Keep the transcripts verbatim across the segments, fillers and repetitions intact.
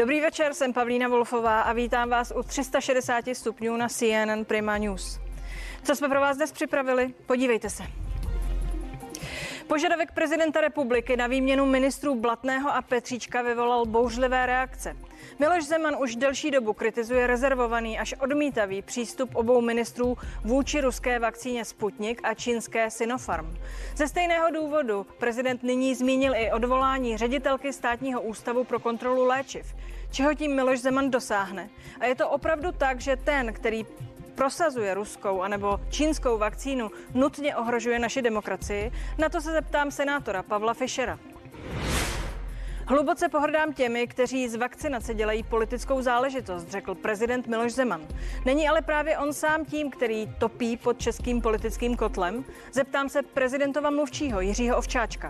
Dobrý večer, jsem Pavlína Wolfová a vítám vás u tři sta šedesát stupňů na C N N Prima News. Co jsme pro vás dnes připravili? Podívejte se. Požadavek prezidenta republiky na výměnu ministrů Blatného a Petříčka vyvolal bouřlivé reakce. Miloš Zeman už delší dobu kritizuje rezervovaný až odmítavý přístup obou ministrů vůči ruské vakcíně Sputnik a čínské Sinopharm. Ze stejného důvodu prezident nyní zmínil i odvolání ředitelky Státního ústavu pro kontrolu léčiv. Čeho tím Miloš Zeman dosáhne? A je to opravdu tak, že ten, který prosazuje ruskou anebo čínskou vakcínu, nutně ohrožuje naši demokracii? Na to se zeptám senátora Pavla Fischera. Hluboce pohrdám těmi, kteří z vakcinace dělají politickou záležitost, řekl prezident Miloš Zeman. Není ale právě on sám tím, který topí pod českým politickým kotlem? Zeptám se prezidentova mluvčího Jiřího Ovčáčka.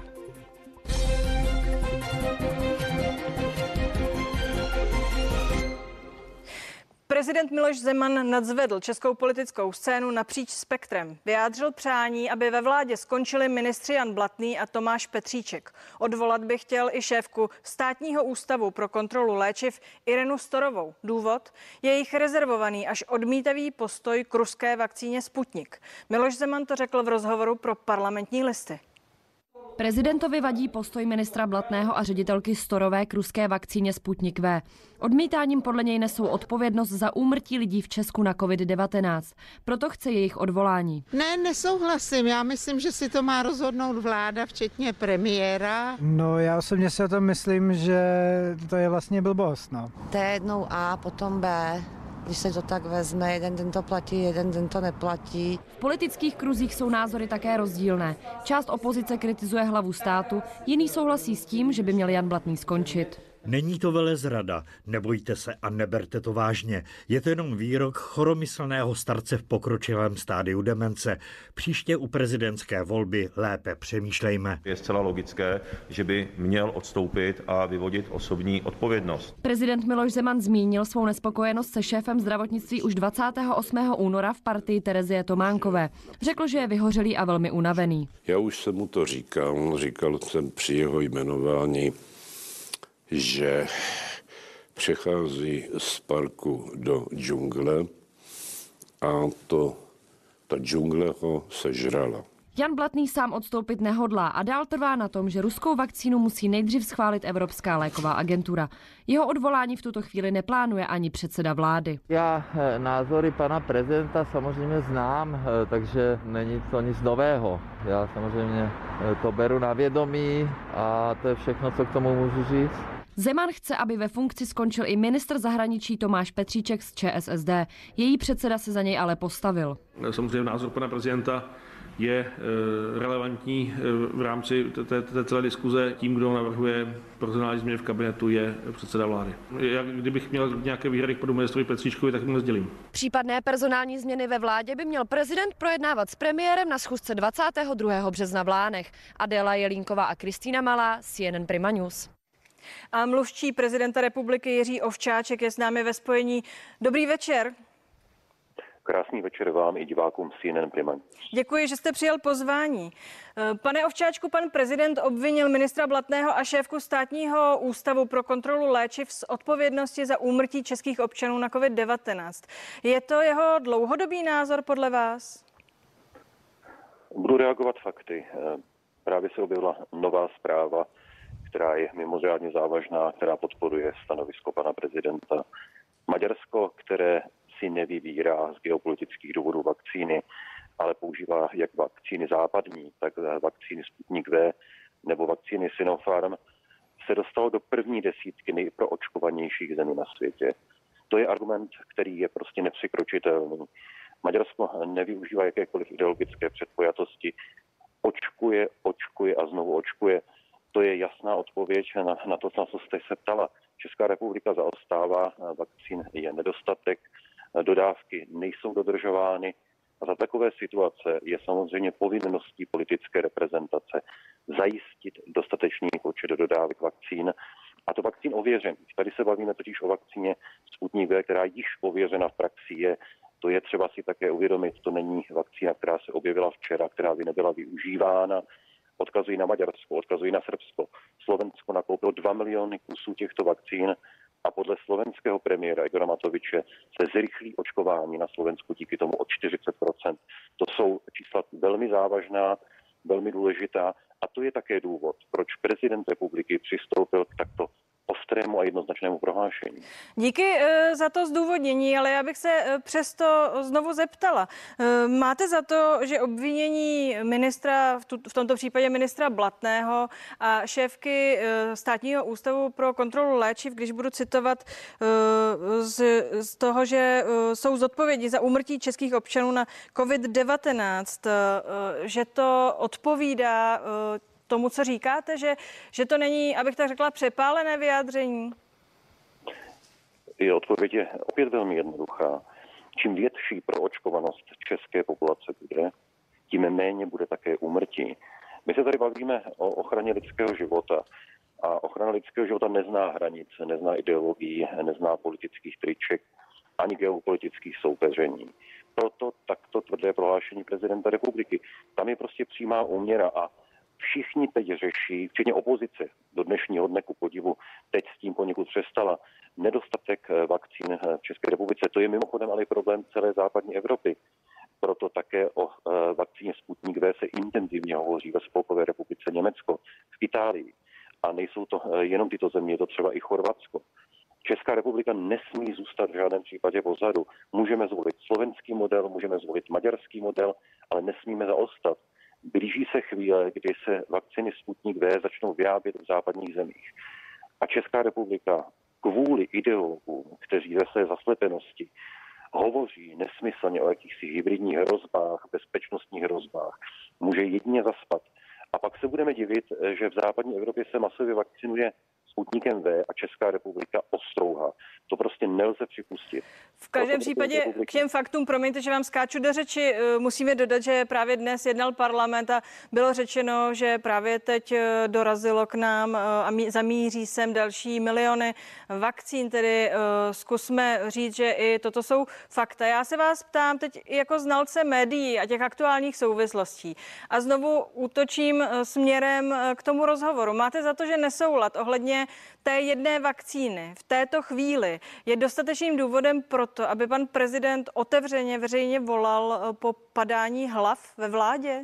Prezident Miloš Zeman nadzvedl českou politickou scénu napříč spektrem. Vyjádřil přání, aby ve vládě skončili ministři Jan Blatný a Tomáš Petříček. Odvolat by chtěl i šéfku Státního ústavu pro kontrolu léčiv Irenu Storovou. Důvod? Jejich rezervovaný až odmítavý postoj k ruské vakcíně Sputnik. Miloš Zeman to řekl v rozhovoru pro Parlamentní listy. Prezidentovi vadí postoj ministra Blatného a ředitelky Storové k ruské vakcíně Sputnik V. Odmítáním podle něj nesou odpovědnost za úmrtí lidí v Česku na covid devatenáct. Proto chce jejich odvolání. Ne, nesouhlasím. Já myslím, že si to má rozhodnout vláda, včetně premiéra. No, já osobně si o tom myslím, že to je vlastně blbost, no. To je jednou A, potom B. Když se to tak vezme, jeden den to platí, jeden den to neplatí. V politických kruzích jsou názory také rozdílné. Část opozice kritizuje hlavu státu, jiný souhlasí s tím, že by měl Jan Blatný skončit. Není to velezrada, nebojte se a neberte to vážně. Je to jenom výrok choromyslného starce v pokročilém stádiu demence. Příště u prezidentské volby lépe přemýšlejme. Je zcela logické, že by měl odstoupit a vyvodit osobní odpovědnost. Prezident Miloš Zeman zmínil svou nespokojenost se šéfem zdravotnictví už dvacátého osmého února v partii Terezie Tománkové. Řekl, že je vyhořelý a velmi unavený. Já už jsem mu to říkal, říkal jsem při jeho jmenování, že přechází z parku do džungle a to, ta džungle ho sežrala. Jan Blatný sám odstoupit nehodlá a dál trvá na tom, že ruskou vakcínu musí nejdřív schválit Evropská léková agentura. Jeho odvolání v tuto chvíli neplánuje ani předseda vlády. Já názory pana prezidenta samozřejmě znám, takže není to nic nového. Já samozřejmě to beru na vědomí a to je všechno, co k tomu můžu říct. Zeman chce, aby ve funkci skončil i ministr zahraničí Tomáš Petříček z Č S S D. Její předseda se za něj ale postavil. Samozřejmě názor pana prezidenta je relevantní v rámci té, té celé diskuze. Tím, kdo navrhuje personální změny v kabinetu, je předseda vlády. Já, kdybych měl nějaké výhrady k panu ministrovi Petříčkovi, tak mu sdělím. Případné personální změny ve vládě by měl prezident projednávat s premiérem na schůzce dvacátého druhého března v Lánech. Adéla Jelínková a Kristýna Malá, C N N Prima News. A mluvčí prezidenta republiky Jiří Ovčáček je s námi ve spojení. Dobrý večer. Krásný večer vám i divákům C N N Prima. Děkuji, že jste přijal pozvání. Pane Ovčáčku, pan prezident obvinil ministra Blatného a šéfku Státního ústavu pro kontrolu léčiv z odpovědnosti za úmrtí českých občanů na covid devatenáct. Je to jeho dlouhodobý názor podle vás? Budu reagovat fakty. Právě se objevila nová zpráva, která je mimořádně závažná, která podporuje stanovisko pana prezidenta. Maďarsko, které si nevybírá z geopolitických důvodů vakcíny, ale používá jak vakcíny západní, tak vakcíny Sputnik V nebo vakcíny Sinopharm, se dostalo do první desítky nejproočkovanějších zemí na světě. To je argument, který je prostě nepřekročitelný. Maďarsko nevyužívá jakékoliv ideologické předpojatosti, očkuje, očkuje a znovu očkuje. To je jasná odpověď na, na to, na co jste se ptala. Česká republika zaostává, vakcín je nedostatek, dodávky nejsou dodržovány a za takové situace je samozřejmě povinností politické reprezentace zajistit dostatečný počet dodávek vakcín, a to vakcín ověřených. Tady se bavíme totiž o vakcíně Sputnik V, která již ověřena v praxi je. To je třeba si také uvědomit, to není vakcína, která se objevila včera, která by nebyla využívána. Odkazují na Maďarsko, odkazují na Srbsko. Slovensko nakoupilo dva miliony kusů těchto vakcín A podle slovenského premiéra Igora Matoviče se zrychlí očkování na Slovensku díky tomu o čtyřicet procent. To jsou čísla velmi závažná, velmi důležitá a to je také důvod, proč prezident republiky přistoupil k takto ostrému a jednoznačnému prohlášení. Díky za to zdůvodnění, ale já bych se přesto znovu zeptala. Máte za to, že obvinění ministra, v tomto případě ministra Blatného a šéfky Státního ústavu pro kontrolu léčiv, když budu citovat z, z toho, že jsou zodpovědní za úmrtí českých občanů na covid devatenáct, že to odpovídá tomu, co říkáte, že, že to není, abych tak řekla, přepálené vyjádření? Je odpověď je opět velmi jednoduchá. Čím větší proočkovanost české populace bude, tím méně bude také úmrtí. My se tady bavíme o ochraně lidského života a ochrana lidského života nezná hranic, nezná ideologii, nezná politických triček ani geopolitických soupeření. Proto takto tvrdé prohlášení prezidenta republiky. Tam je prostě přímá úměra a všichni teď řeší, včetně opozice, do dnešního dne ku podivu, teď s tím poněkud přestala, nedostatek vakcín v České republice. To je mimochodem ale problém celé západní Evropy. Proto také o vakcíně Sputnik V se intenzivně hovoří ve Spolkové republice Německo, v Itálii. A nejsou to jenom tyto země, je to třeba i Chorvatsko. Česká republika nesmí zůstat v žádném případě pozadu. Můžeme zvolit slovenský model, můžeme zvolit maďarský model, ale nesmíme zaostat. Blíží se chvíle, kdy se vakcíny Sputnik V začnou vyrábět v západních zemích. A Česká republika kvůli ideologům, kteří ve své zaslepenosti hovoří nesmyslně o jakýchsi hybridních hrozbách, bezpečnostních hrozbách, může jedině zaspat. A pak se budeme divit, že v západní Evropě se masově vakcinuje Sputnikem V a Česká republika ostrouhá. To prostě nelze připustit. V každém případě k těm faktům, promiňte, že vám skáču do řeči, musíme dodat, že právě dnes jednal parlament a bylo řečeno, že právě teď dorazilo k nám a zamíří sem další miliony vakcín, tedy zkusme říct, že i toto jsou fakta. Já se vás ptám teď jako znalce médií a těch aktuálních souvislostí a znovu útočím směrem k tomu rozhovoru. Máte za to, že nesoulad ohledně té jedné vakcíny v této chvíli je dostatečným důvodem pro to, aby pan prezident otevřeně veřejně volal po padání hlav ve vládě?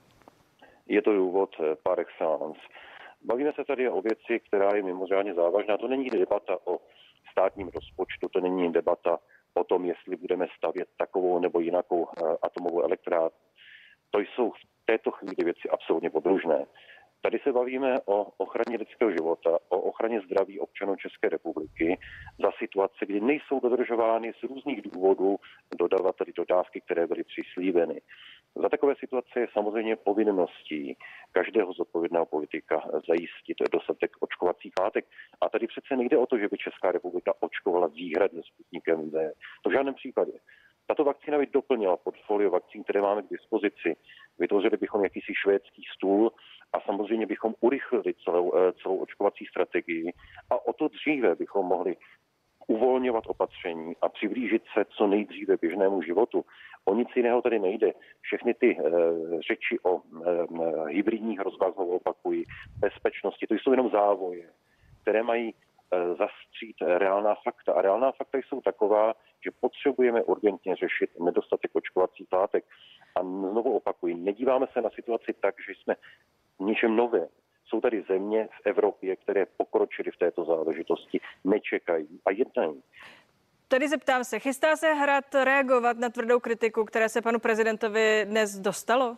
Je to důvod par excellence. Bavíme se tady o věci, která je mimořádně závažná. To není debata o státním rozpočtu, to není debata o tom, jestli budeme stavět takovou nebo jiнаkou atomovou elektrárnu. To jsou v této chvíli věci absolutně podružné. Tady se bavíme o ochraně lidského života, o ochraně zdraví občanů České republiky za situace, kdy nejsou dodržovány z různých důvodů dodavateli dodávky, které byly přislíbeny. Za takové situace je samozřejmě povinností každého zodpovědného politika zajistit dostatek očkovacích látek. A tady přece nejde o to, že by Česká republika očkovala výhradně Sputnikem V. To v žádném případě. Tato vakcína by doplnila portfolio vakcín, které máme k dispozici. Vytvořili bychom jakýsi švédský stůl a samozřejmě bychom urychlili celou, celou očkovací strategii a o to dříve bychom mohli uvolňovat opatření a přiblížit se co nejdříve běžnému životu. O nic jiného tady nejde. Všechny ty e, řeči o e, hybridních hrozbách, znovu opakuji, bezpečnosti, to jsou jenom závoje, které mají e, zastřít reálná fakta. A reálná fakta jsou taková, že potřebujeme urgentně řešit nedostatek očkovacích látek. A znovu opakuji, nedíváme se na situaci tak, že jsme ničem nové. Jsou tady země v Evropě, které pokročily v této záležitosti, nečekají a jednají. Tady zeptám se, chystá se Hrad reagovat na tvrdou kritiku, které se panu prezidentovi dnes dostalo?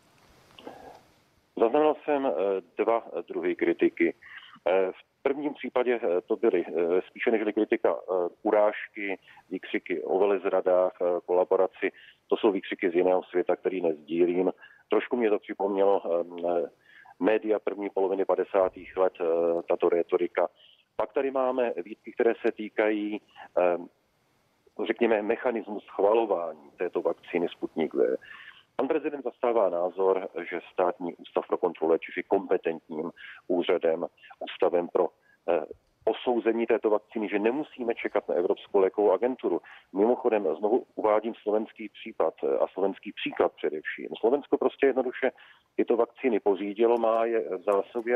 Zaznamenal jsem dva druhy kritiky. V prvním případě to byly spíše než kritika urážky, výkřiky o velezradách, kolaboraci. To jsou výkřiky z jiného světa, který nezdílím. Trošku mě to připomnělo média první poloviny padesátých let, tato rétorika. Pak tady máme výtky, které se týkají, řekněme, mechanismu schvalování této vakcíny Sputnik V. Pan prezident zastává názor, že Státní ústav pro kontrolu léčiv je kompetentním úřadem, ústavem pro posouzení této vakcíny, že nemusíme čekat na Evropskou lékovou agenturu. Mimochodem, znovu uvádím slovenský případ a slovenský příklad především. Slovensko prostě jednoduše tyto vakcíny pořídilo, má je v zásobě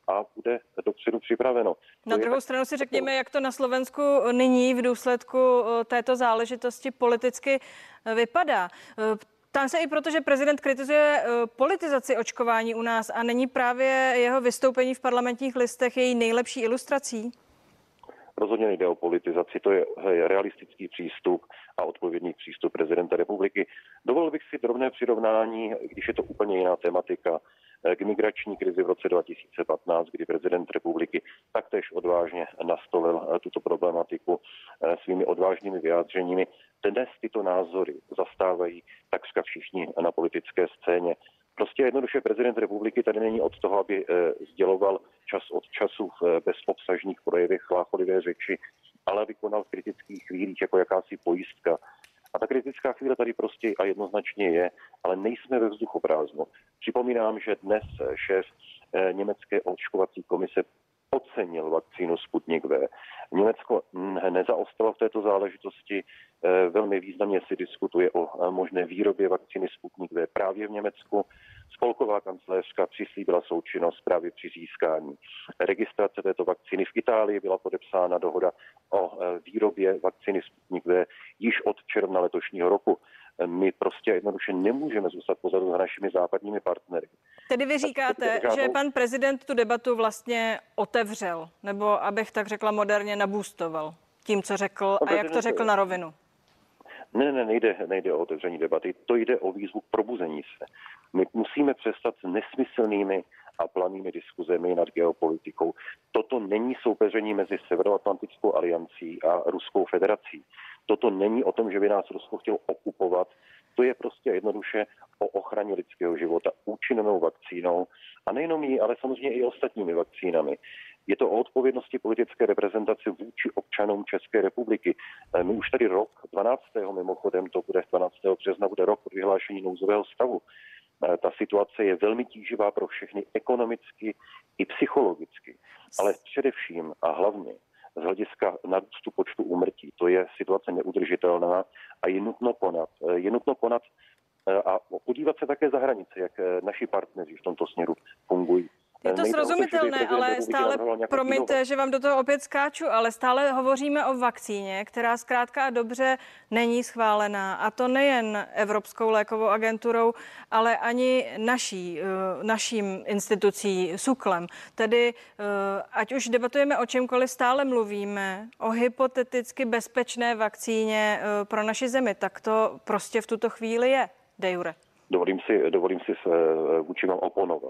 a bude dopředu připraveno. Na druhou stranu si řekněme, jak to na Slovensku nyní v důsledku této záležitosti politicky vypadá. Tam se i proto, že prezident kritizuje politizaci očkování u nás a není právě jeho vystoupení v Parlamentních listech její nejlepší ilustrací? Rozhodně nejde o politizaci, to je realistický přístup a odpovědný přístup prezidenta republiky. Dovolil bych si drobné přirovnání, když je to úplně jiná tematika, k migrační krizi v roce dva tisíce patnáct, kdy prezident republiky taktéž odvážně nastolil tuto problematiku svými odvážnými vyjádřeními. Dnes tyto názory zastávají takřka všichni na politické scéně. Prostě jednoduše prezident republiky tady není od toho, aby sděloval čas od času v bezobsažných projevech chlácholivé řeči, ale aby konal v kritických chvílích jako jakási pojistka. A ta kritická chvíle tady prostě a jednoznačně je, ale nejsme ve vzduchoprázdnu. Připomínám, že dnes šéf německé očkovací komise ocenil vakcínu Sputnik V. Německo nezaostalo v této záležitosti. Velmi významně se diskutuje o možné výrobě vakcíny Sputnik V právě v Německu. Spolková kancléřka přislíbila součinnost právě při získání registrace této vakcíny. V Itálii byla podepsána dohoda o výrobě vakcíny Sputnik V již od června letošního roku. My prostě jednoduše nemůžeme zůstat pozadu za našimi západními partnery. Tedy vy říkáte, žádnou... že pan prezident tu debatu vlastně otevřel, nebo abych tak řekla moderně naboostoval tím, co řekl a jak to řekl na rovinu? Ne, ne, nejde, nejde o otevření debaty, to jde o výzvu k probuzení se. My musíme přestat s nesmyslnými a planými diskuzemi nad geopolitikou. Toto není soupeření mezi Severoatlantickou aliancí a Ruskou federací. Toto není o tom, že by nás Rusko chtělo okupovat. To je prostě jednoduše o ochraně lidského života účinnou vakcínou a nejenom jí, ale samozřejmě i ostatními vakcínami. Je to o odpovědnosti politické reprezentace vůči občanům České republiky. My už tady rok, dvanáctého mimochodem, to bude dvanáctého března, bude rok od vyhlášení nouzového stavu. Ta situace je velmi tíživá pro všechny ekonomicky i psychologicky, ale především a hlavně z hlediska narůstu počtu úmrtí. To je situace neudržitelná a je nutno konat. Je nutno konat a podívat se také za hranice, jak naši partneři v tomto směru fungují. Je to srozumitelné, ale stále, promiňte, že vám do toho opět skáču, ale stále hovoříme o vakcíně, která zkrátka a dobře není schválená. A to nejen Evropskou lékovou agenturou, ale ani naší, naším institucí SÚKLem. Tedy ať už debatujeme o čemkoliv, stále mluvíme o hypoteticky bezpečné vakcíně pro naši zemi. Tak to prostě v tuto chvíli je, de jure. Dovolím si, dovolím si se vůči vám oponovat.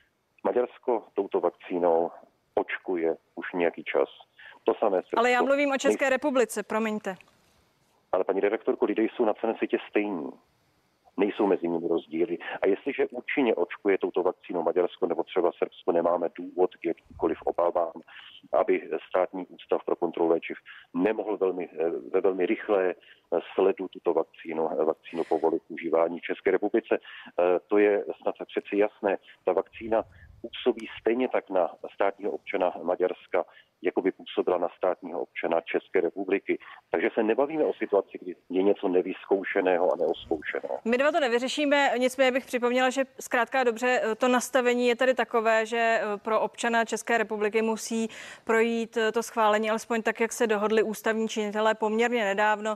Maďarsko touto vakcínou očkuje už nějaký čas. To samé Srbsko. Ale já mluvím o České republice, promiňte. Ale paní redaktorko, lidé jsou na celém světě stejní. Nejsou mezi nimi rozdíly. A jestliže účinně očkuje touto vakcínou Maďarsko nebo třeba Srbsko, nemáme důvod k jakýkoliv obávám, aby státní ústav pro kontrolu léčiv nemohl velmi, ve velmi rychlé sledu tuto vakcínu, vakcínu povolit užívání v České republice. To je snad přeci jasné. Ta vakcína působí stejně tak na státního občana Maďarska, jako by působila na státního občana České republiky. Takže se nebavíme o situaci, kdy je něco nevyzkoušeného a neozkoušeného. My dva to nevyřešíme, nicméně bych připomněla, že zkrátka dobře to nastavení je tady takové, že pro občana České republiky musí projít to schválení, alespoň tak, jak se dohodli ústavní činitelé poměrně nedávno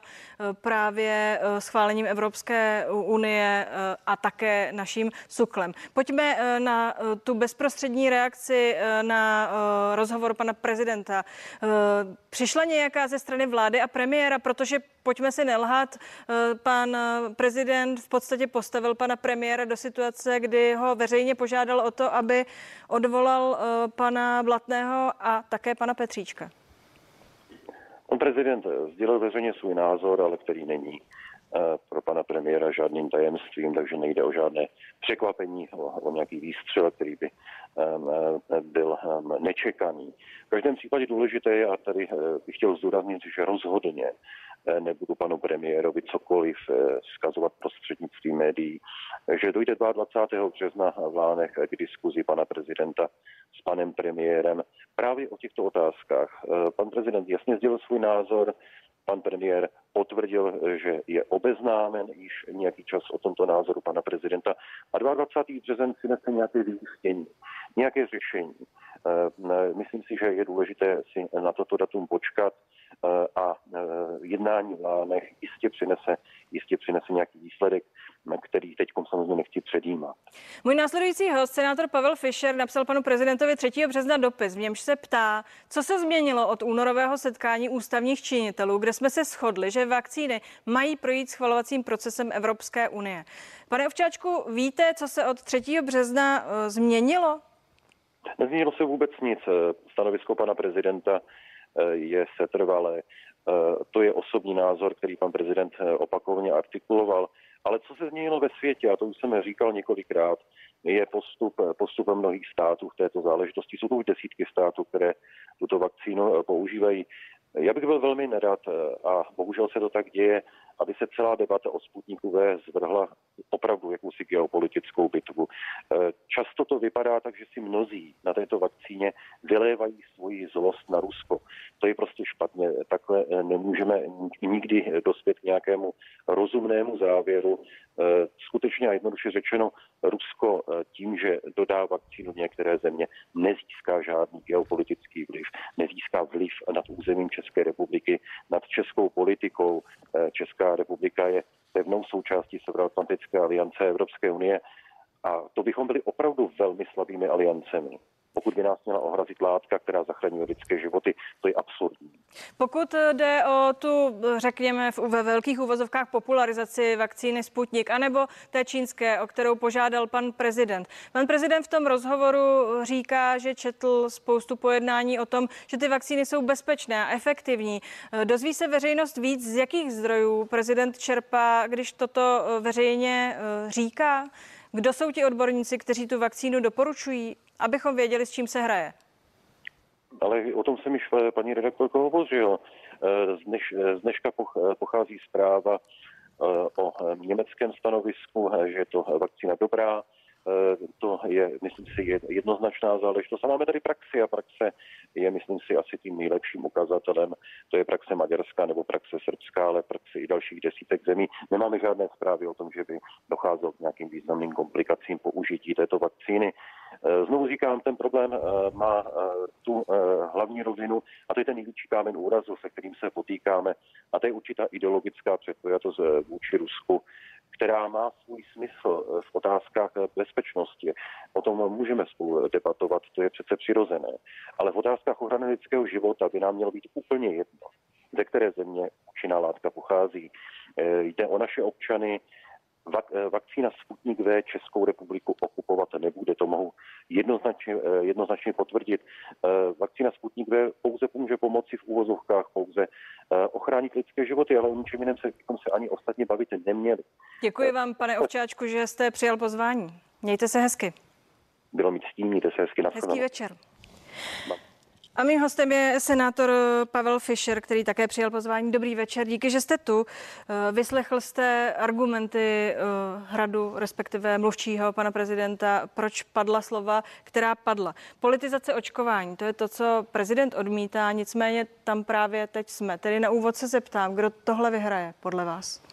právě schválením Evropské unie a také naším SÚKLem. Pojďme na tu bezprostřední reakci na rozhovor pana prezidenta. Přišla nějaká ze strany vlády a premiéra, protože pojďme si nelhat, pan prezident v podstatě postavil pana premiéra do situace, kdy ho veřejně požádal o to, aby odvolal pana Blatného a také pana Petříčka. Pan prezident sdělil veřejně svůj názor, ale který není pro pana premiéra žádným tajemstvím, takže nejde o žádné překvapení, o, o nějaký výstřel, který by um, byl um, nečekaný. V každém případě důležité je, a tady uh, bych chtěl zdůraznit, že rozhodně uh, nebudu panu premiérovi cokoliv uh, vzkazovat prostřednictvím médií, že dojde dvacátého druhého března v Lánech k diskuzi pana prezidenta s panem premiérem právě o těchto otázkách. Uh, pan prezident jasně sdělil svůj názor, pan premiér potvrdil, že je obeznámen již nějaký čas o tomto názoru pana prezidenta a dvacátého druhého března přinese nějaké vyústění, nějaké řešení. Myslím si, že je důležité si na toto datum počkat a jednání v Lánech jistě přinese, jistě přinese nějaký výsledek, který teď samozřejmě nechci předjímat. Můj následující host, senátor Pavel Fischer, napsal panu prezidentovi třetího března dopis, v němž se ptá, co se změnilo od únorového setkání ústavních činitelů, kde jsme se shodli, že vakcíny mají projít schvalovacím procesem Evropské unie. Pane Ovčáčku, víte, co se od třetího března změnilo? Nezměnilo se vůbec nic. Stanovisko pana prezidenta je setrvalé. To je osobní názor, který pan prezident opakovaně artikuloval. Ale co se změnilo ve světě, a to už jsem říkal několikrát, je postup, postup mnohých států v této záležitosti. Jsou to už desítky států, které tuto vakcínu používají. Já bych byl velmi nerad, a bohužel se to tak děje, aby se celá debata o Sputniku V zvrhla opravdu jakousi geopolitickou bitvu. Často to vypadá tak, že si mnozí na této vakcíně vylévají svoji zlost na Rusko. To je prostě špatně. Takhle nemůžeme nikdy dospět k nějakému rozumnému závěru. Skutečně a jednoduše řečeno, Rusko tím, že dodá vakcínu některé země, nezíská žádný geopolitický vliv, nezíská vliv nad územím České republiky, nad českou politikou. Česká republika je pevnou součástí Severoatlantické aliance Evropské unie a to bychom byli opravdu velmi slabými aliancemi. Pokud by nás měla ohrozit látka, která zachraňuje lidské životy, to je absurdní. Pokud jde o tu, řekněme, ve velkých uvozovkách popularizaci vakcíny Sputnik, anebo té čínské, o kterou požádal pan prezident. Pan prezident v tom rozhovoru říká, že četl spoustu pojednání o tom, že ty vakcíny jsou bezpečné a efektivní. Dozví se veřejnost víc, z jakých zdrojů prezident čerpá, když toto veřejně říká? Kdo jsou ti odborníci, kteří tu vakcínu doporučují, abychom věděli, s čím se hraje? Ale o tom jsem již, paní redaktorko, hovořil. Z, dneš, z dneška pochází zpráva o německém stanovisku, že je to vakcína dobrá. To je, myslím si, jednoznačná záležitost. A máme tady praxi a praxe je, myslím si, asi tím nejlepším ukazatelem. To je praxe Maďarska nebo praxe Srbská, ale praxe i dalších desítek zemí. Nemáme žádné zprávy o tom, že by docházelo k nějakým významným komplikacím použití této vakcíny. Znovu říkám, ten problém má tu hlavní rovinu a to je ten největší kámen úrazu, se kterým se potýkáme. A to je určitá ideologická předpojatost vůči Rusku, která má svůj smysl v otázkách bezpečnosti. O tom můžeme spolu debatovat, to je přece přirozené. Ale v otázkách ochrany lidského života by nám mělo být úplně jedno, ze které země účinná látka pochází. Jde o naše občany. Vakcína Sputnik V Českou republiku okupovat nebude, to mohu jednoznačně, jednoznačně potvrdit. Vakcína Sputnik V pouze pomůže pomoci v úvozovkách, pouze ochránit lidské životy, ale o ničem jiném se, se ani ostatně bavit neměli. Děkuji vám, pane Ovčáčku, že jste přijal pozvání. Mějte se hezky. Bylo mi ctí, mějte se hezky. Hezký večer. A mým hostem je senátor Pavel Fischer, který také přijal pozvání. Dobrý večer, díky, že jste tu. Vyslechl jste argumenty Hradu, respektive mluvčího pana prezidenta, proč padla slova, která padla. Politizace očkování, to je to, co prezident odmítá, nicméně tam právě teď jsme. Tedy na úvod se zeptám, kdo tohle vyhraje podle vás?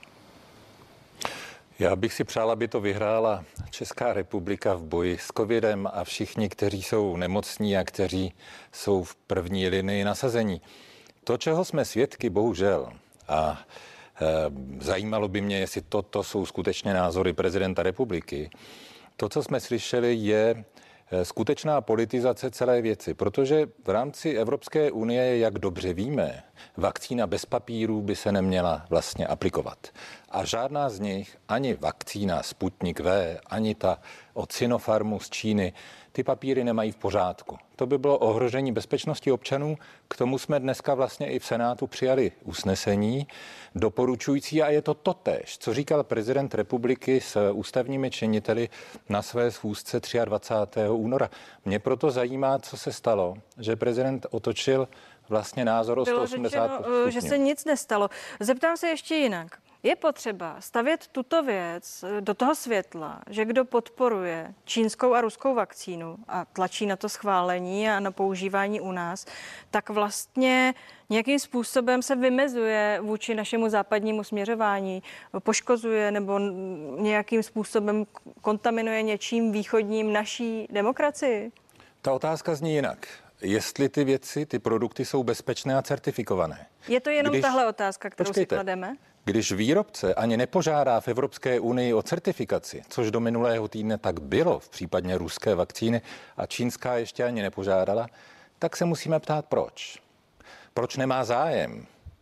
Já bych si přál, aby to vyhrála Česká republika v boji s covidem a všichni, kteří jsou nemocní a kteří jsou v první linii nasazení. To, čeho jsme svědky, bohužel, a e, zajímalo by mě, jestli toto jsou skutečně názory prezidenta republiky, to, co jsme slyšeli, je skutečná politizace celé věci, protože v rámci Evropské unie, jak dobře víme, vakcína bez papírů by se neměla vlastně aplikovat. A žádná z nich, ani vakcína Sputnik V, ani ta od Sinopharmu z Číny, ty papíry nemají v pořádku. To by bylo ohrožení bezpečnosti občanů. K tomu jsme dneska vlastně i v Senátu přijali usnesení doporučující a je to totéž, co říkal prezident republiky s ústavními činiteli na své schůzce dvacátého třetího února. Mě proto zajímá, co se stalo, že prezident otočil vlastně názor o sto osmdesát stupňů. Bylo řečeno, že se nic nestalo. Zeptám se ještě jinak. Je potřeba stavět tuto věc do toho světla, že kdo podporuje čínskou a ruskou vakcínu a tlačí na to schválení a na používání u nás, tak vlastně nějakým způsobem se vymezuje vůči našemu západnímu směřování, poškozuje nebo nějakým způsobem kontaminuje něčím východním naší demokracii? Ta otázka zní jinak. Jestli ty věci, ty produkty jsou bezpečné a certifikované. Je to jenom Když, tahle otázka, kterou počkejte, si klademe? Když výrobce ani nepožádá v Evropské unii o certifikaci, což do minulého týdne tak bylo v případě ruské vakcíny a čínská ještě ani nepožádala, tak se musíme ptát proč. Proč nemá zájem?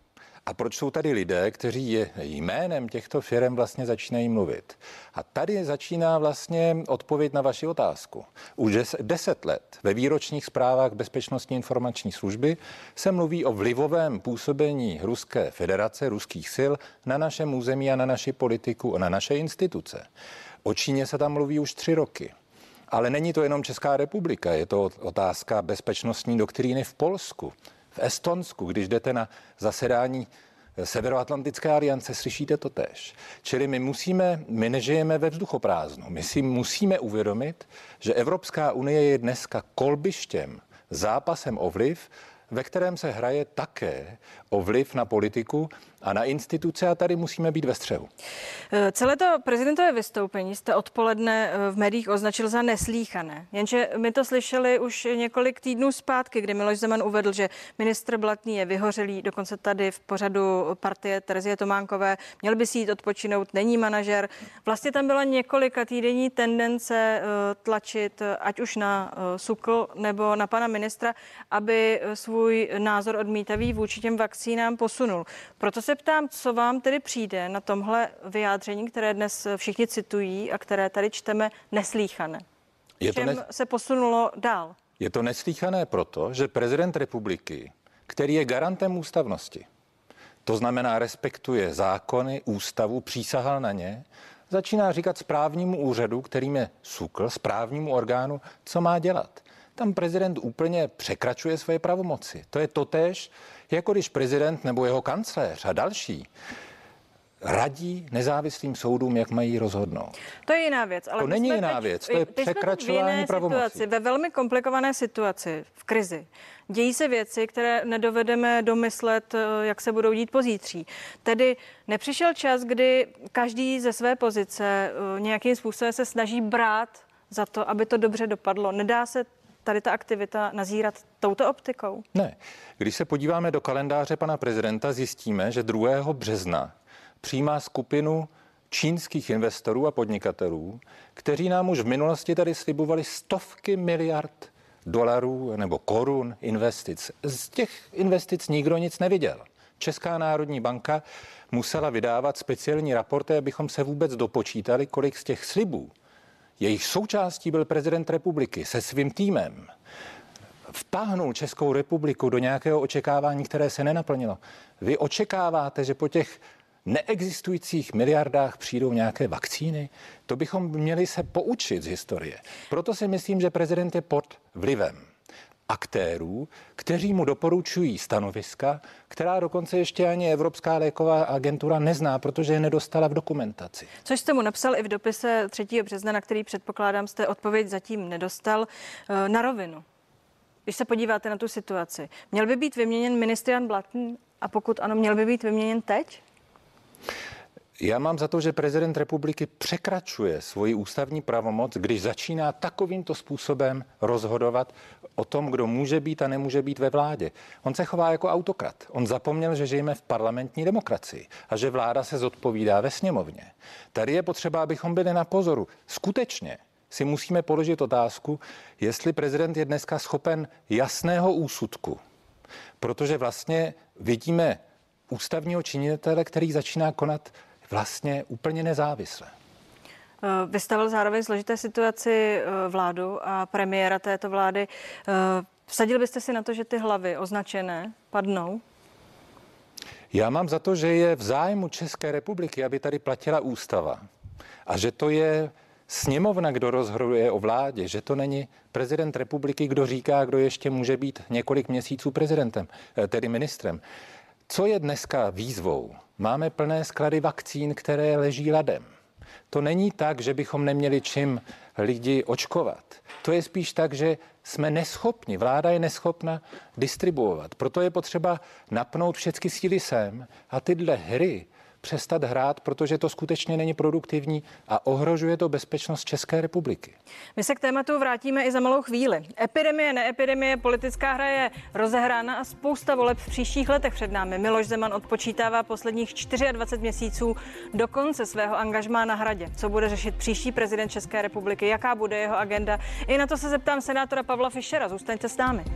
A proč jsou tady lidé, kteří je jménem těchto firm vlastně začínají mluvit? A tady začíná vlastně odpověď na vaši otázku. Už deset let ve výročních zprávách Bezpečnostní informační služby se mluví o vlivovém působení Ruské federace, ruských sil na našem území a na naši politiku a na naše instituce. O Číně se tam mluví už tři roky. Ale není to jenom Česká republika, je to otázka bezpečnostní doktríny v Polsku. V Estonsku, když jdete na zasedání Severoatlantické aliance, slyšíte to též. Čili my musíme, my nežijeme ve vzduchoprázdnu. My si musíme uvědomit, že Evropská unie je dneska kolbištěm, zápasem o vliv, ve kterém se hraje také o vliv na politiku a na instituce a tady musíme být ve střehu. Celé to prezidentové vystoupení jste odpoledne v médiích označil za neslýchané. Jenže my to slyšeli už několik týdnů zpátky, kdy Miloš Zeman uvedl, že ministr Blatný je vyhořelý, dokonce tady v pořadu partie Terezie Tománkové, měl by si jít odpočinout, není manažer. Vlastně tam byla několika týdenní tendence tlačit ať už na SÚKL nebo na pana ministra, aby svůj názor odmítavý vůči těm vakcínám posunul. Proto se ptám, co vám tedy přijde na tomhle vyjádření, které dnes všichni citují a které tady čteme neslýchané. Je to Čem ne... se posunulo dál? Je to neslýchané proto, že prezident republiky, který je garantem ústavnosti, to znamená respektuje zákony, ústavu, přísahal na ně, začíná říkat správnímu úřadu, kterým je SÚKL, správnímu orgánu, co má dělat. Tam prezident úplně překračuje své pravomoci. To je totéž, jako když prezident nebo jeho kancléř a další radí nezávislým soudům, jak mají rozhodnout. To je jiná věc. Ale to není jsme jiná teď, věc, to je překračování pravomocí. Situaci, ve velmi komplikované situaci, v krizi. Dějí se věci, které nedovedeme domyslet, jak se budou dít pozítří. Tedy nepřišel čas, kdy každý ze své pozice nějakým způsobem se snaží brát za to, aby to dobře dopadlo. Nedá se tady ta aktivita nazírat touto optikou? Ne. Když se podíváme do kalendáře pana prezidenta, zjistíme, že druhého března přijímá skupinu čínských investorů a podnikatelů, kteří nám už v minulosti tady slibovali stovky miliard dolarů nebo korun investic. Z těch investic nikdo nic neviděl. Česká národní banka musela vydávat speciální raporty, abychom se vůbec dopočítali, kolik z těch slibů, jejich součástí byl prezident republiky se svým týmem, vtáhnul Českou republiku do nějakého očekávání, které se nenaplnilo. Vy očekáváte, že po těch neexistujících miliardách přijdou nějaké vakcíny? To bychom měli se poučit z historie. Proto si myslím, že prezident je pod vlivem aktérů, kteří mu doporučují stanoviska, která dokonce ještě ani Evropská léková agentura nezná, protože je nedostala v dokumentaci. Což jste mu napsal i v dopise třetího března, na který předpokládám jste odpověď zatím nedostal. Na rovinu, když se podíváte na tu situaci, měl by být vyměněn ministr Jan Blatný a pokud ano, měl by být vyměněn teď? Já mám za to, že prezident republiky překračuje svoji ústavní pravomoc, když začíná takovýmto způsobem rozhodovat o tom, kdo může být a nemůže být ve vládě. On se chová jako autokrat. On zapomněl, že žijeme v parlamentní demokracii a že vláda se zodpovídá ve sněmovně. Tady je potřeba, abychom byli na pozoru. Skutečně si musíme položit otázku, jestli prezident je dneska schopen jasného úsudku, protože vlastně vidíme ústavního činitele, který začíná konat vlastně úplně nezávisle. Vystavil zároveň složité situaci vládu a premiéra této vlády. Vsadil byste si na to, že ty hlavy označené padnou? Já mám za to, že je v zájmu České republiky, aby tady platila ústava a že to je sněmovna, kdo rozhoduje o vládě, že to není prezident republiky, kdo říká, kdo ještě může být několik měsíců prezidentem, tedy ministrem. Co je dneska výzvou? máme plné sklady vakcín, které leží ladem. To není tak, že bychom neměli čím lidi očkovat. To je spíš tak, že jsme neschopni, vláda je neschopna distribuovat. Proto je potřeba napnout všechny síly sem a tyhle hry přestat hrát, protože to skutečně není produktivní a ohrožuje to bezpečnost České republiky. My se k tématu vrátíme i za malou chvíli. Epidemie, neepidemie, politická hra je rozehrána a spousta voleb v příštích letech před námi. Miloš Zeman odpočítává posledních dvacet čtyři měsíců do konce svého angažmá na Hradě. Co bude řešit příští prezident České republiky, jaká bude jeho agenda? I na to se zeptám senátora Pavla Fischera. Zůstaňte s námi.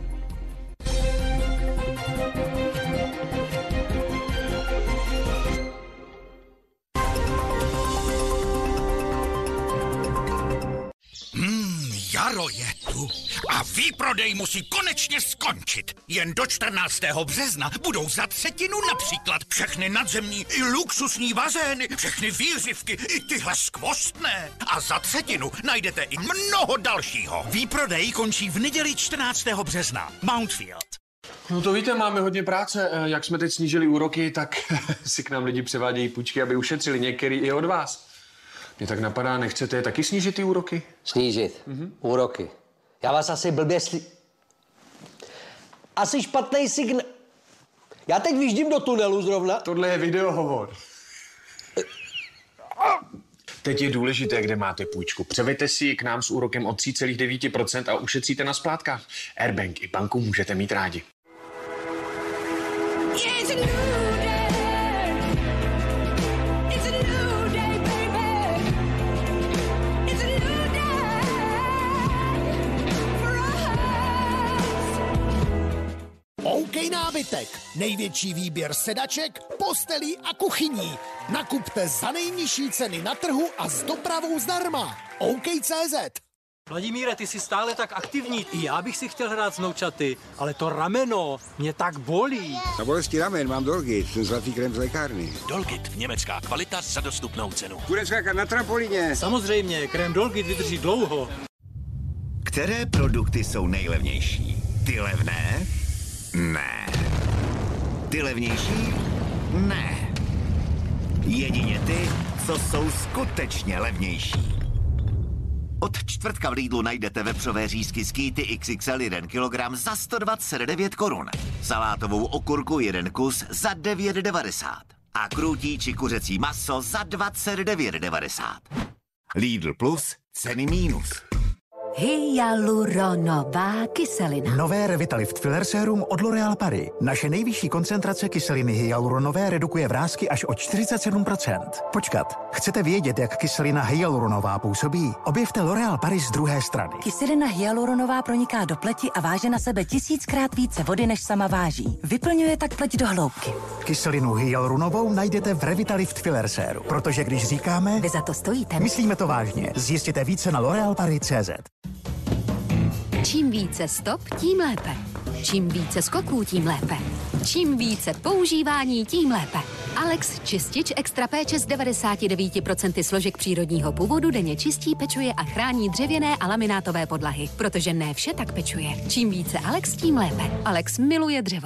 Hmm, jaro je tu a výprodej musí konečně skončit. Jen do čtrnáctého března budou za třetinu například všechny nadzemní i luxusní bazény, všechny výřivky i tyhle skvostné. A za třetinu najdete i mnoho dalšího. Výprodej končí v neděli čtrnáctého března. Mountfield. No to víte, máme hodně práce. Jak jsme teď snížili úroky, tak si k nám lidi převádějí půjčky, aby ušetřili, některý i od vás. Mě tak napadá, nechcete je taky snížit ty úroky? Snížit? Mm-hmm. Úroky. Já vás asi blbě sli... Asi špatný signál. Já teď vyjíždím do tunelu zrovna. Tohle je videohovor. Teď je důležité, kde máte půjčku. Převeďte si ji k nám s úrokem od tři celá devět procenta a ušetříte na splátkách. Airbank i banku můžete mít rádi. OK nábytek. Největší výběr sedaček, postelí a kuchyní. Nakupte za nejnižší ceny na trhu a s dopravou zdarma. OK tečka cé zet. Vladimíre, ty jsi stále tak aktivní. I já bych si chtěl hrát s vnoučaty, ale to rameno mě tak bolí. Na bolesti ramen mám Dolgit, ten zlatý krém z lékárny. Dolgit, německá kvalita za dostupnou cenu. Bude skákat na trampolíně. Samozřejmě, krém Dolgit vydrží dlouho. Které produkty jsou nejlevnější? Ty levné? Ne. Ty levnější? Ne. Jedině ty, co jsou skutečně levnější. Od čtvrtka v Lidlu najdete vepřové řízky skýty iks iks el jeden kilogram za sto dvacet devět korun. Salátovou okurku jeden kus za devět devadesát. A krůtí či kuřecí maso za dvacet devět devadesát. Lidl plus, ceny mínus. Hyaluronová kyselina. Nové Revitalift Filler Serum od L'Oréal Paris. Naše nejvyšší koncentrace kyseliny hyaluronové redukuje vrásky až o čtyřicet sedm procent. Počkat, chcete vědět, jak kyselina hyaluronová působí? Objevte L'Oréal Paris z druhé strany. Kyselina hyaluronová proniká do pleti a váže na sebe tisíckrát více vody, než sama váží. Vyplňuje tak pleť do hloubky. Kyselinu hyaluronovou najdete v Revitalift Filler Serum, protože když říkáme, vy za to stojíte, myslíme to vážně. Zjistěte více na L'Oréal Paris tečka cé zet. Čím více stop, tím lépe. Čím více skoků, tím lépe. Čím více používání, tím lépe. Alex čistič extra péče z devadesát devět procent složek přírodního původu denně čistí, pečuje a chrání dřevěné a laminátové podlahy. Protože ne vše tak pečuje. Čím více Alex, tím lépe. Alex miluje dřevo.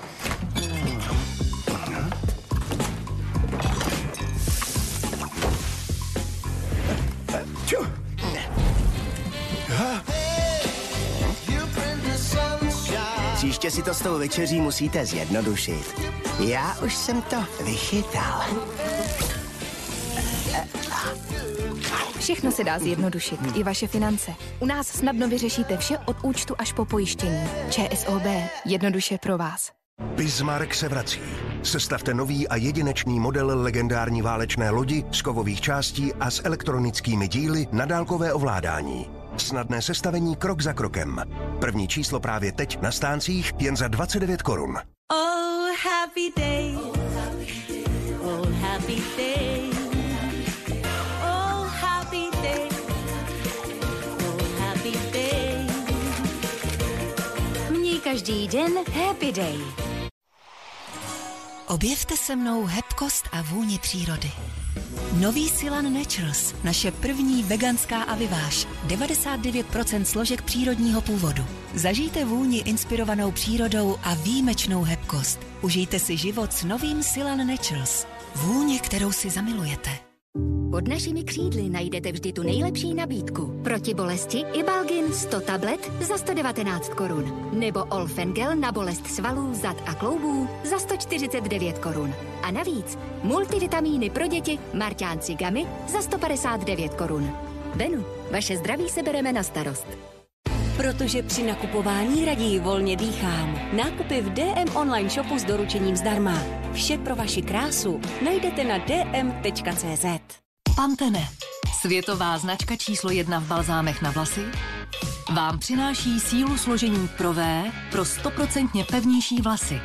Příště si to s tou večeří musíte zjednodušit. Já už jsem to vychytal. Všechno se dá zjednodušit, i vaše finance. U nás snadno vyřešíte vše od účtu až po pojištění. ČSOB. Jednoduše pro vás. Bismarck se vrací. Sestavte nový a jedinečný model legendární válečné lodi z kovových částí a s elektronickými díly na dálkové ovládání. Snadné sestavení krok za krokem. První číslo právě teď na stáncích jen za dvacet devět korun. Oh, happy day. Oh, happy day. Oh, happy day. Oh, happy day. Měj každý den happy day. Objevte se mnou hebkost a vůni přírody. Nový Silan Naturals, naše první veganská aviváž, devadesát devět procent složek přírodního původu. Zažijte vůni inspirovanou přírodou a výjimečnou hebkost. Užijte si život s novým Silan Naturals. Vůně, kterou si zamilujete. Pod našimi křídly najdete vždy tu nejlepší nabídku. Proti bolesti Ibalgin sto tablet za sto devatenáct korun. Nebo Olfengel na bolest svalů, zad a kloubů za sto čtyřicet devět korun. A navíc multivitamíny pro děti Marťánci Gamy za sto padesát devět korun. Benu, vaše zdraví se bereme na starost. Protože při nakupování raději volně dýchám. Nákupy v D M online shopu s doručením zdarma. Vše pro vaši krásu najdete na d m tečka c z. Pantene, světová značka číslo jedna v balzámech na vlasy, vám přináší sílu složení Pro V pro stoprocentně pevnější vlasy.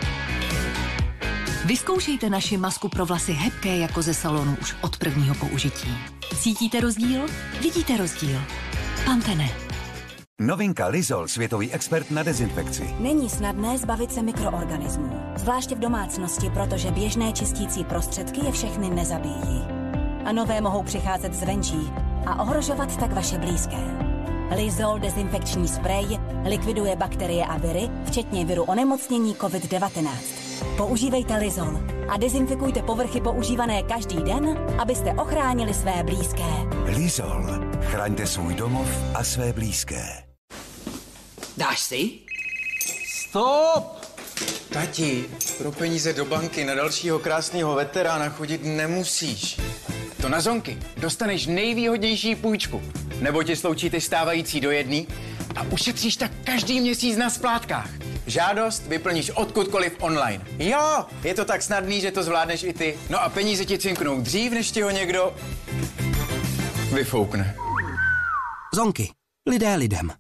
Vyzkoušejte naši masku pro vlasy hebké jako ze salonu už od prvního použití. Cítíte rozdíl? Vidíte rozdíl. Pantene. Novinka Lizol, světový expert na dezinfekci. Není snadné zbavit se mikroorganismů. Zvláště v domácnosti, protože běžné čistící prostředky je všechny nezabíjí. A nové mohou přicházet zvenčí a ohrožovat tak vaše blízké. Lizol dezinfekční sprej likviduje bakterie a viry, včetně viru onemocnění covid devatenáct. Používejte Lizol a dezinfikujte povrchy používané každý den, abyste ochránili své blízké. Lizol. Chraňte svůj domov a své blízké. Dáš si? Stop! Tati, pro peníze do banky na dalšího krásného veterána chodit nemusíš. To na Zonky dostaneš nejvýhodnější půjčku. Nebo ti sloučí ty stávající do jedný a ušetříš tak každý měsíc na splátkách. Žádost vyplníš odkudkoliv online. Jo, je to tak snadný, že to zvládneš i ty. No a peníze ti cinknou dřív, než ti ho někdo vyfoukne. Zonky. Lidé lidem.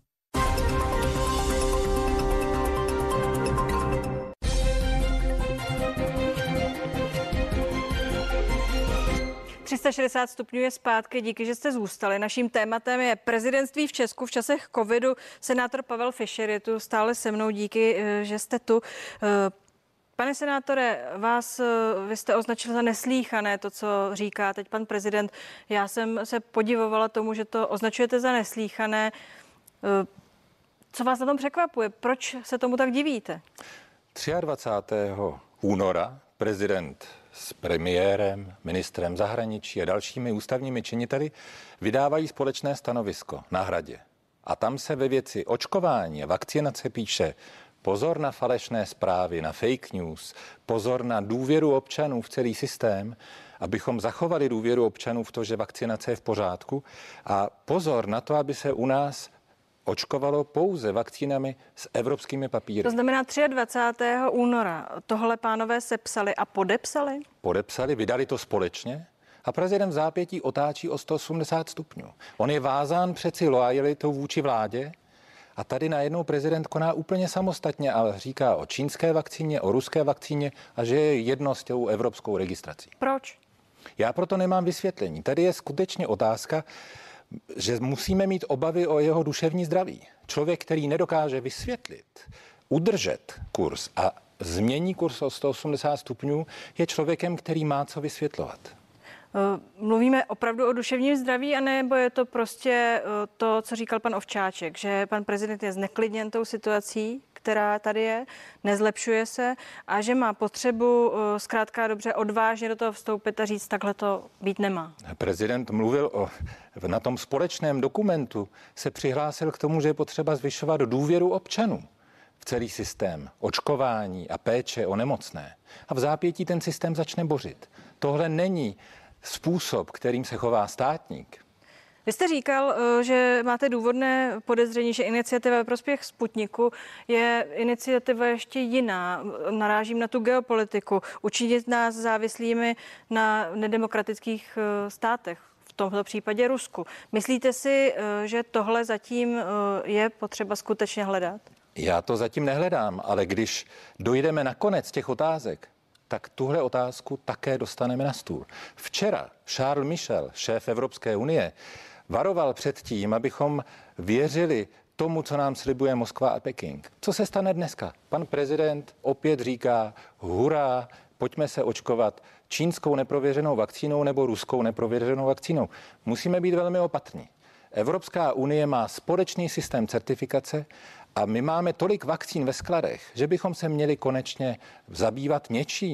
tři sta šedesát stupňů je zpátky, díky, že jste zůstali. Naším tématem je prezidentství v Česku v časech covidu. Senátor Pavel Fischer je tu stále se mnou, díky, že jste tu. Pane senátore, vás, vy jste označil za neslýchané to, co říká teď pan prezident. Já jsem se podivovala tomu, že to označujete za neslýchané. Co vás na tom překvapuje? Proč se tomu tak divíte? dvacátého třetího února prezident s premiérem, ministrem zahraničí a dalšími ústavními činiteli vydávají společné stanovisko na Hradě. A tam se ve věci očkování a vakcinace píše pozor na falešné zprávy, na fake news, pozor na důvěru občanů v celý systém, abychom zachovali důvěru občanů v to, že vakcinace je v pořádku, a pozor na to, aby se u nás očkovalo pouze vakcínami s evropskými papíry. To znamená dvacátého třetího února tohle pánové sepsali a podepsali? Podepsali, vydali to společně a prezident v zápětí otáčí o sto osmdesát stupňů. On je vázán přeci loajalitou vůči vládě a tady najednou prezident koná úplně samostatně, ale říká o čínské vakcíně, o ruské vakcíně a že je jedno s tou evropskou registrací. Proč? Já proto nemám vysvětlení. Tady je skutečně otázka, že musíme mít obavy o jeho duševní zdraví. Člověk, který nedokáže vysvětlit, udržet kurz a změní kurz o sto osmdesát stupňů, je člověkem, který má co vysvětlovat. Mluvíme opravdu o duševním zdraví, anebo je to prostě to, co říkal pan Ovčáček, že pan prezident je zneklidněn tou situací, která tady je, nezlepšuje se a že má potřebu zkrátka dobře odvážně do toho vstoupit a říct, takhle to být nemá. Prezident mluvil o, na tom společném dokumentu, se přihlásil k tomu, že je potřeba zvyšovat důvěru občanů v celý systém očkování a péče o nemocné. A v zápětí ten systém začne bořit. Tohle není způsob, kterým se chová státník. Vy jste říkal, že máte důvodné podezření, že iniciativa ve prospěch Sputniku je iniciativa ještě jiná. Narážím na tu geopolitiku. Učinit nás závislými na nedemokratických státech, v tomto případě Rusku. Myslíte si, že tohle zatím je potřeba skutečně hledat? Já to zatím nehledám, ale když dojdeme na konec těch otázek, tak tuhle otázku také dostaneme na stůl. Včera Charles Michel, šéf Evropské unie, varoval před tím, abychom věřili tomu, co nám slibuje Moskva a Peking. Co se stane dneska? Pan prezident opět říká, hurá, pojďme se očkovat čínskou neprověřenou vakcínou nebo ruskou neprověřenou vakcínou. Musíme být velmi opatrní. Evropská unie má společný systém certifikace a my máme tolik vakcín ve skladech, že bychom se měli konečně zabývat něčím,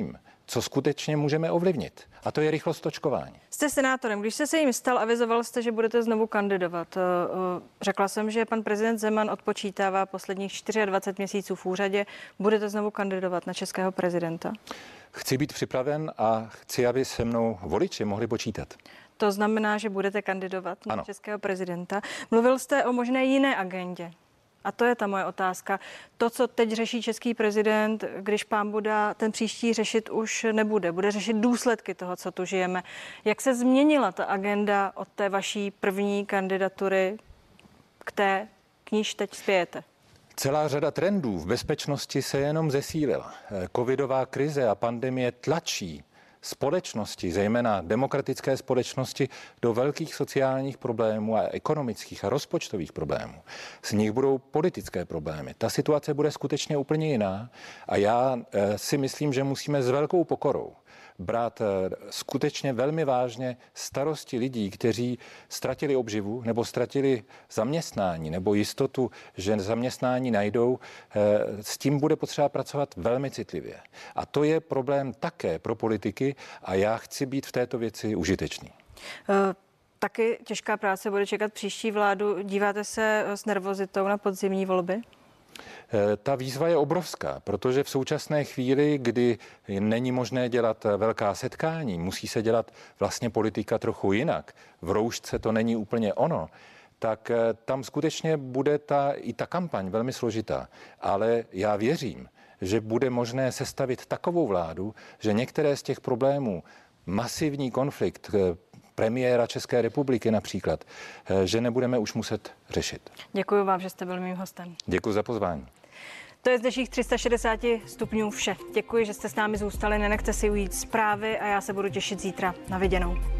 co skutečně můžeme ovlivnit. A to je rychlost očkování. Jste senátorem. Když jste se jim stal, avizoval jste, že budete znovu kandidovat. Řekla jsem, že pan prezident Zeman odpočítává posledních dvacet čtyři měsíců v úřadě. Budete znovu kandidovat na českého prezidenta? Chci být připraven a chci, aby se mnou voliči mohli počítat. To znamená, že budete kandidovat na ano. českého prezidenta. Mluvil jste o možné jiné agendě. A to je ta moje otázka. To, co teď řeší český prezident, když pán Buda ten příští řešit už nebude. Bude řešit důsledky toho, co tu žijeme. Jak se změnila ta agenda od té vaší první kandidatury k té, k níž teď spějete? Celá řada trendů v bezpečnosti se jenom zesílila. Covidová krize a pandemie tlačí společnosti, zejména demokratické společnosti, do velkých sociálních problémů a ekonomických a rozpočtových problémů. Z nich budou politické problémy. Ta situace bude skutečně úplně jiná a já si myslím, že musíme s velkou pokorou brát skutečně velmi vážně starosti lidí, kteří ztratili obživu nebo ztratili zaměstnání nebo jistotu, že zaměstnání najdou. S tím bude potřeba pracovat velmi citlivě. A to je problém také pro politiky a já chci být v této věci užitečný. Uh... Taky těžká práce bude čekat příští vládu. Díváte se s nervozitou na podzimní volby? Ta výzva je obrovská, protože v současné chvíli, kdy není možné dělat velká setkání, musí se dělat vlastně politika trochu jinak. V roušce to není úplně ono. Tak tam skutečně bude ta, i ta kampaň velmi složitá. Ale já věřím, že bude možné sestavit takovou vládu, že některé z těch problémů, masivní konflikt premiéra České republiky například, že nebudeme už muset řešit. Děkuji vám, že jste byl mým hostem. Děkuji za pozvání. To je z dnešních tři sta šedesát stupňů vše. Děkuji, že jste s námi zůstali, nenechte si ujít zprávy a já se budu těšit zítra. Na viděnou.